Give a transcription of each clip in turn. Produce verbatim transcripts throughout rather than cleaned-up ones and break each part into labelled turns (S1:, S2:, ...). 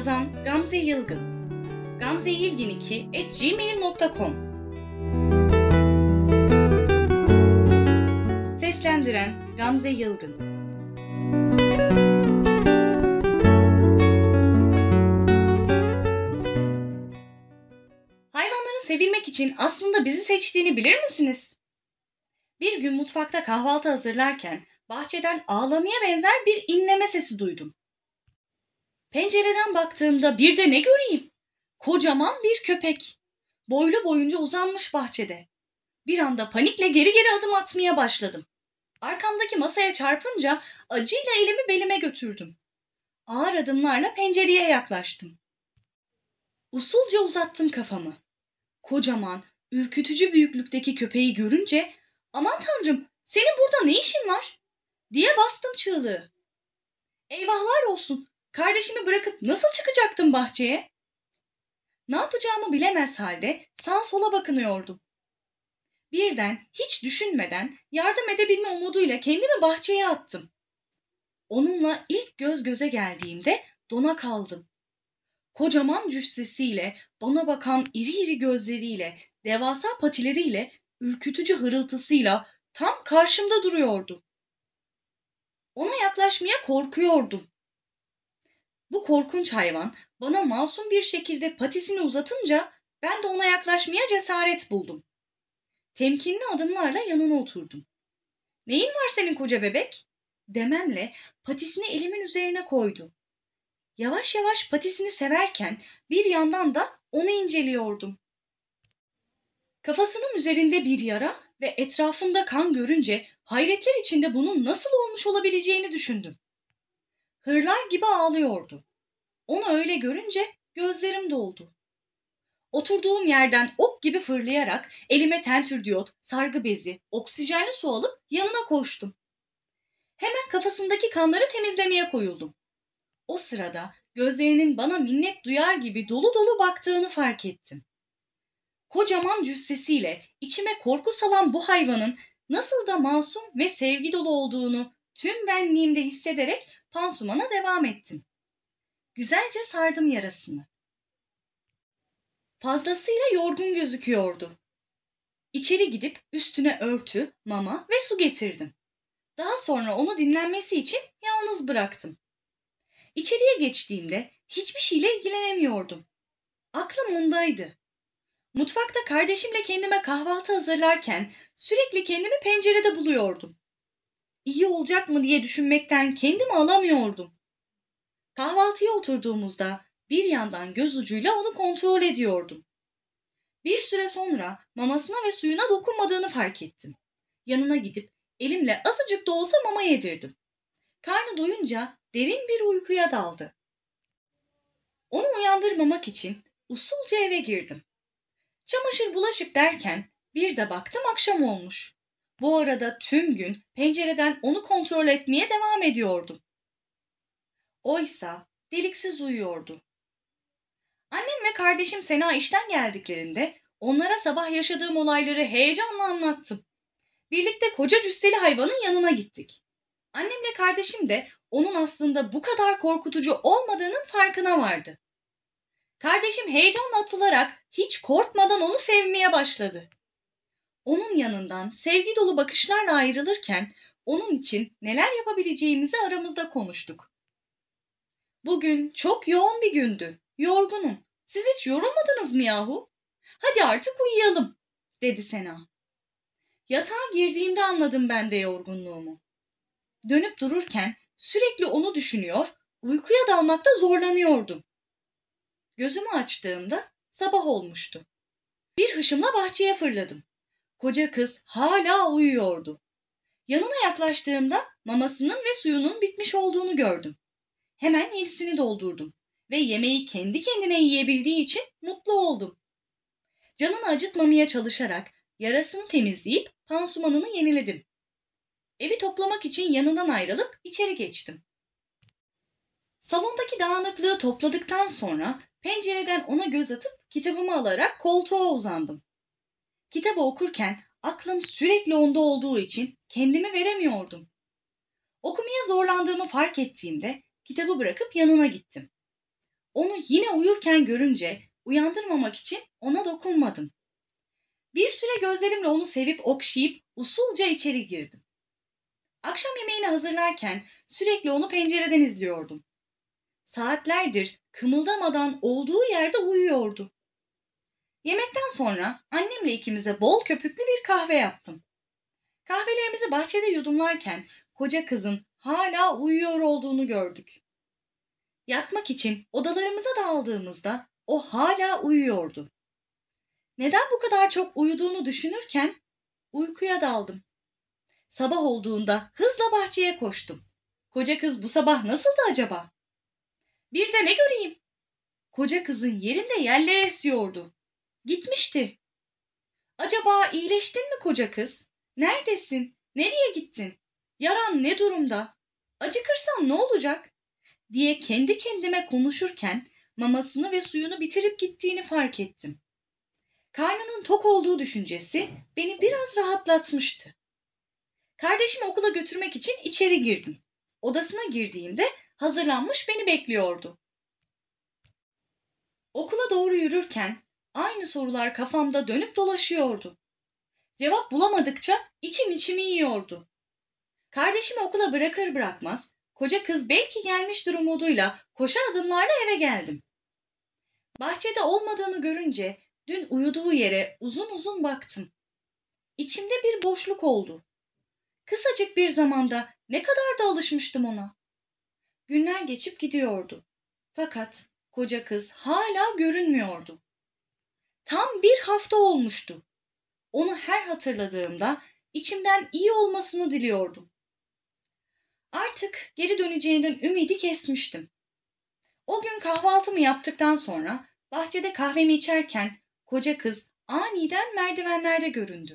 S1: Yazan Gamze Yılgın. gamzeyilgin iki at gmail nokta com. Seslendiren Gamze Yılgın. Hayvanların sevilmek için aslında bizi seçtiğini bilir misiniz? Bir gün mutfakta kahvaltı hazırlarken bahçeden ağlamaya benzer bir inleme sesi duydum. Pencereden baktığımda bir de ne göreyim? Kocaman bir köpek. Boylu boyunca uzanmış bahçede. Bir anda panikle geri geri adım atmaya başladım. Arkamdaki masaya çarpınca acıyla elimi belime götürdüm. Ağır adımlarla pencereye yaklaştım. Usulca uzattım kafamı. Kocaman, ürkütücü büyüklükteki köpeği görünce "Aman Tanrım, senin burada ne işin var?" diye bastım çığlığı. Eyvahlar olsun, kardeşimi bırakıp nasıl çıkacaktım bahçeye? Ne yapacağımı bilemez halde sağa sola bakınıyordum. Birden hiç düşünmeden yardım edebilme umuduyla kendimi bahçeye attım. Onunla ilk göz göze geldiğimde dona kaldım. Kocaman cüssesiyle, bana bakan iri iri gözleriyle, devasa patileriyle, ürkütücü hırıltısıyla tam karşımda duruyordu. Ona yaklaşmaya korkuyordum. Bu korkunç hayvan bana masum bir şekilde patisini uzatınca ben de ona yaklaşmaya cesaret buldum. Temkinli adımlarla yanına oturdum. "Neyin var senin koca bebek?" dememle patisini elimin üzerine koydu. Yavaş yavaş patisini severken bir yandan da onu inceliyordum. Kafasının üzerinde bir yara ve etrafında kan görünce hayretler içinde bunun nasıl olmuş olabileceğini düşündüm. Hırlar gibi ağlıyordu. Onu öyle görünce gözlerim doldu. Oturduğum yerden ok gibi fırlayarak elime tentürdiyot, sargı bezi, oksijenli su alıp yanına koştum. Hemen kafasındaki kanları temizlemeye koyuldum. O sırada gözlerinin bana minnet duyar gibi dolu dolu baktığını fark ettim. Kocaman cüssesiyle içime korku salan bu hayvanın nasıl da masum ve sevgi dolu olduğunu tüm benliğimde hissederek pansumana devam ettim. Güzelce sardım yarasını. Fazlasıyla yorgun gözüküyordu. İçeri gidip üstüne örtü, mama ve su getirdim. Daha sonra onu dinlenmesi için yalnız bıraktım. İçeriye geçtiğimde hiçbir şeyle ilgilenemiyordum. Aklım ondaydı. Mutfakta kardeşimle kendime kahvaltı hazırlarken sürekli kendimi pencerede buluyordum. İyi olacak mı diye düşünmekten kendimi alamıyordum. Kahvaltıya oturduğumuzda bir yandan göz ucuyla onu kontrol ediyordum. Bir süre sonra mamasına ve suyuna dokunmadığını fark ettim. Yanına gidip elimle azıcık da olsa mama yedirdim. Karnı doyunca derin bir uykuya daldı. Onu uyandırmamak için usulca eve girdim. Çamaşır bulaşık derken bir de baktım akşam olmuş. Bu arada tüm gün pencereden onu kontrol etmeye devam ediyordum. Oysa deliksiz uyuyordu. Annem ve kardeşim Sena işten geldiklerinde onlara sabah yaşadığım olayları heyecanla anlattım. Birlikte koca cüsseli hayvanın yanına gittik. Annemle kardeşim de onun aslında bu kadar korkutucu olmadığının farkına vardı. Kardeşim heyecanla atılarak hiç korkmadan onu sevmeye başladı. Onun yanından sevgi dolu bakışlarla ayrılırken onun için neler yapabileceğimizi aramızda konuştuk. "Bugün çok yoğun bir gündü. Yorgunum. Siz hiç yorulmadınız mı yahu? Hadi artık uyuyalım," dedi Sena. Yatağa girdiğimde anladım ben de yorgunluğumu. Dönüp dururken sürekli onu düşünüyor, uykuya dalmakta zorlanıyordum. Gözümü açtığımda sabah olmuştu. Bir hışımla bahçeye fırladım. Koca kız hala uyuyordu. Yanına yaklaştığımda mamasının ve suyunun bitmiş olduğunu gördüm. Hemen yenisini doldurdum ve yemeği kendi kendine yiyebildiği için mutlu oldum. Canını acıtmamaya çalışarak yarasını temizleyip pansumanını yeniledim. Evi toplamak için yanından ayrılıp içeri geçtim. Salondaki dağınıklığı topladıktan sonra pencereden ona göz atıp kitabımı alarak koltuğa uzandım. Kitabı okurken aklım sürekli onda olduğu için kendimi veremiyordum. Okumaya zorlandığımı fark ettiğimde kitabı bırakıp yanına gittim. Onu yine uyurken görünce uyandırmamak için ona dokunmadım. Bir süre gözlerimle onu sevip okşayıp usulca içeri girdim. Akşam yemeğini hazırlarken sürekli onu pencereden izliyordum. Saatlerdir kımıldamadan olduğu yerde uyuyordu. Yemekten sonra annemle ikimize bol köpüklü bir kahve yaptım. Kahvelerimizi bahçede yudumlarken koca kızın hala uyuyor olduğunu gördük. Yatmak için odalarımıza dağıldığımızda o hala uyuyordu. Neden bu kadar çok uyuduğunu düşünürken uykuya daldım. Sabah olduğunda hızla bahçeye koştum. Koca kız bu sabah nasıldı acaba? Bir de ne göreyim? Koca kızın yerinde yeller esiyordu. Gitmişti. Acaba iyileştin mi koca kız? Neredesin? Nereye gittin? Yaran ne durumda? Acıkırsan ne olacak? Diye kendi kendime konuşurken mamasını ve suyunu bitirip gittiğini fark ettim. Karnının tok olduğu düşüncesi beni biraz rahatlatmıştı. Kardeşimi okula götürmek için içeri girdim. Odasına girdiğimde hazırlanmış beni bekliyordu. Okula doğru yürürken aynı sorular kafamda dönüp dolaşıyordu. Cevap bulamadıkça içim içimi yiyordu. Kardeşimi okula bırakır bırakmaz koca kız belki gelmiştir umuduyla koşar adımlarla eve geldim. Bahçede olmadığını görünce dün uyuduğu yere uzun uzun baktım. İçimde bir boşluk oldu. Kısacık bir zamanda ne kadar da alışmıştım ona. Günler geçip gidiyordu. Fakat koca kız hala görünmüyordu. Tam bir hafta olmuştu. Onu her hatırladığımda içimden iyi olmasını diliyordum. Artık geri döneceğinden ümidi kesmiştim. O gün kahvaltımı yaptıktan sonra bahçede kahvemi içerken koca kız aniden merdivenlerde göründü.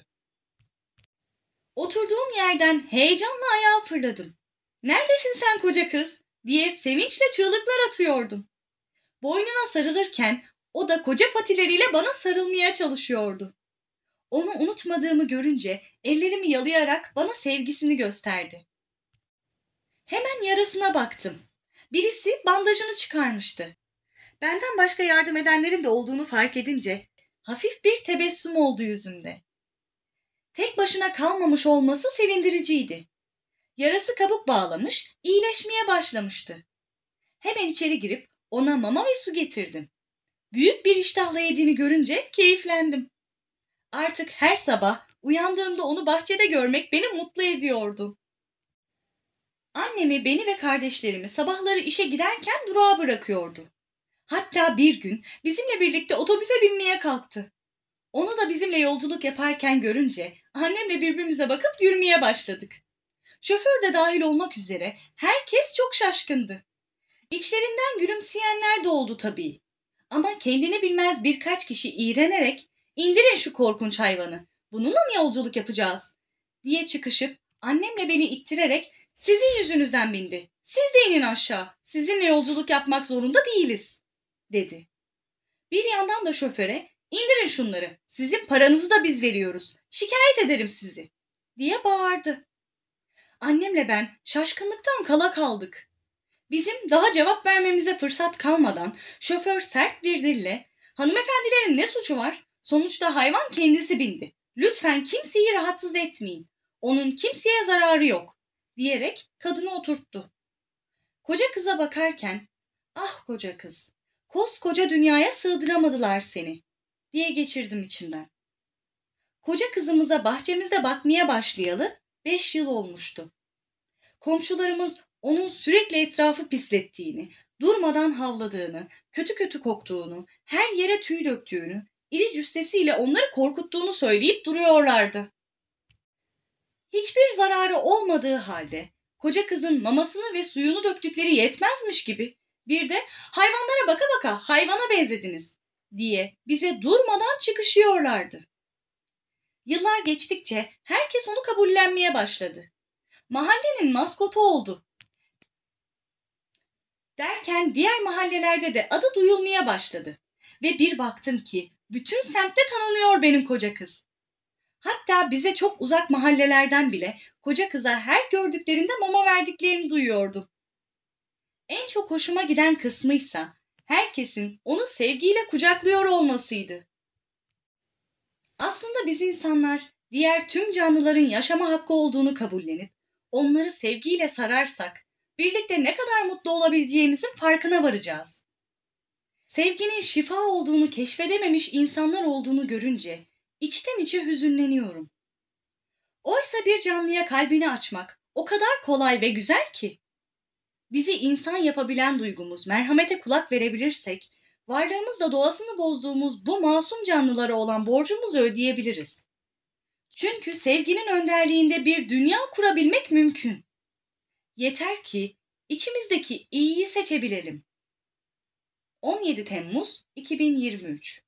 S1: Oturduğum yerden heyecanla ayağa fırladım. "Neredesin sen koca kız?" diye sevinçle çığlıklar atıyordum. Boynuna sarılırken o da koca patileriyle bana sarılmaya çalışıyordu. Onu unutmadığımı görünce ellerimi yalayarak bana sevgisini gösterdi. Hemen yarasına baktım. Birisi bandajını çıkarmıştı. Benden başka yardım edenlerin de olduğunu fark edince hafif bir tebessüm oldu yüzümde. Tek başına kalmamış olması sevindiriciydi. Yarası kabuk bağlamış, iyileşmeye başlamıştı. Hemen içeri girip ona mama ve su getirdim. Büyük bir iştahla yediğini görünce keyiflendim. Artık her sabah uyandığımda onu bahçede görmek beni mutlu ediyordu. Annemi, beni ve kardeşlerimi sabahları işe giderken durağa bırakıyordu. Hatta bir gün bizimle birlikte otobüse binmeye kalktı. Onu da bizimle yolculuk yaparken görünce annemle birbirimize bakıp gülmeye başladık. Şoför de dahil olmak üzere herkes çok şaşkındı. İçlerinden gülümseyenler de oldu tabii. Ama kendini bilmez birkaç kişi iğrenerek "İndirin şu korkunç hayvanı, bununla mı yolculuk yapacağız?" diye çıkışıp annemle beni ittirerek "Sizin yüzünüzden bindi, siz de inin aşağı, sizinle yolculuk yapmak zorunda değiliz," dedi. Bir yandan da şoföre "İndirin şunları, sizin paranızı da biz veriyoruz, şikayet ederim sizi," diye bağırdı. Annemle ben şaşkınlıktan kala kaldık. Bizim daha cevap vermemize fırsat kalmadan şoför sert bir dille "Hanımefendilerin ne suçu var? Sonuçta hayvan kendisi bindi. Lütfen kimseyi rahatsız etmeyin. Onun kimseye zararı yok," diyerek kadını oturttu. Koca kıza bakarken "Ah koca kız, koskoca dünyaya sığdıramadılar seni," diye geçirdim içimden. Koca kızımıza bahçemizde bakmaya başlayalı beş yıl olmuştu. Komşularımız onun sürekli etrafı pislettiğini, durmadan havladığını, kötü kötü koktuğunu, her yere tüy döktüğünü, iri cüssesiyle onları korkuttuğunu söyleyip duruyorlardı. Hiçbir zararı olmadığı halde koca kızın mamasını ve suyunu döktükleri yetmezmiş gibi bir de "Hayvanlara baka baka hayvana benzediniz," diye bize durmadan çıkışıyorlardı. Yıllar geçtikçe herkes onu kabullenmeye başladı. Mahallenin maskotu oldu. Derken diğer mahallelerde de adı duyulmaya başladı. Ve bir baktım ki bütün semtte tanınıyor benim koca kız. Hatta bize çok uzak mahallelerden bile koca kıza her gördüklerinde mama verdiklerini duyuyordum. En çok hoşuma giden kısmıysa herkesin onu sevgiyle kucaklıyor olmasıydı. Aslında biz insanlar diğer tüm canlıların yaşama hakkı olduğunu kabullenip onları sevgiyle sararsak birlikte ne kadar mutlu olabileceğimizin farkına varacağız. Sevginin şifa olduğunu keşfedememiş insanlar olduğunu görünce içten içe hüzünleniyorum. Oysa bir canlıya kalbini açmak o kadar kolay ve güzel ki. Bizi insan yapabilen duygumuz merhamete kulak verebilirsek, varlığımızla doğasını bozduğumuz bu masum canlılara olan borcumuzu ödeyebiliriz. Çünkü sevginin önderliğinde bir dünya kurabilmek mümkün. Yeter ki içimizdeki iyiyi seçebilelim. on yedi Temmuz iki bin yirmi üç